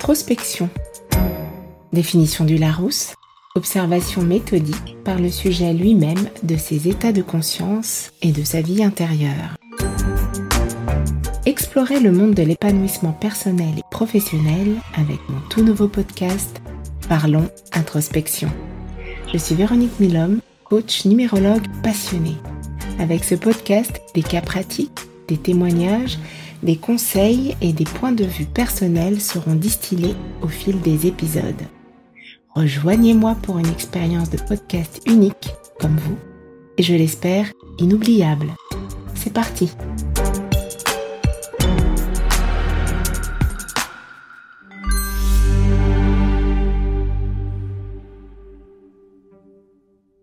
Introspection. Définition du Larousse, observation méthodique par le sujet lui-même de ses états de conscience et de sa vie intérieure. Explorez le monde de l'épanouissement personnel et professionnel avec mon tout nouveau podcast Parlons Introspection. Je suis Véronique Milhomme, coach numérologue passionnée. Avec ce podcast, des cas pratiques, des témoignages, des conseils et des points de vue personnels seront distillés au fil des épisodes. Rejoignez-moi pour une expérience de podcast unique, comme vous, et je l'espère, inoubliable. C'est parti!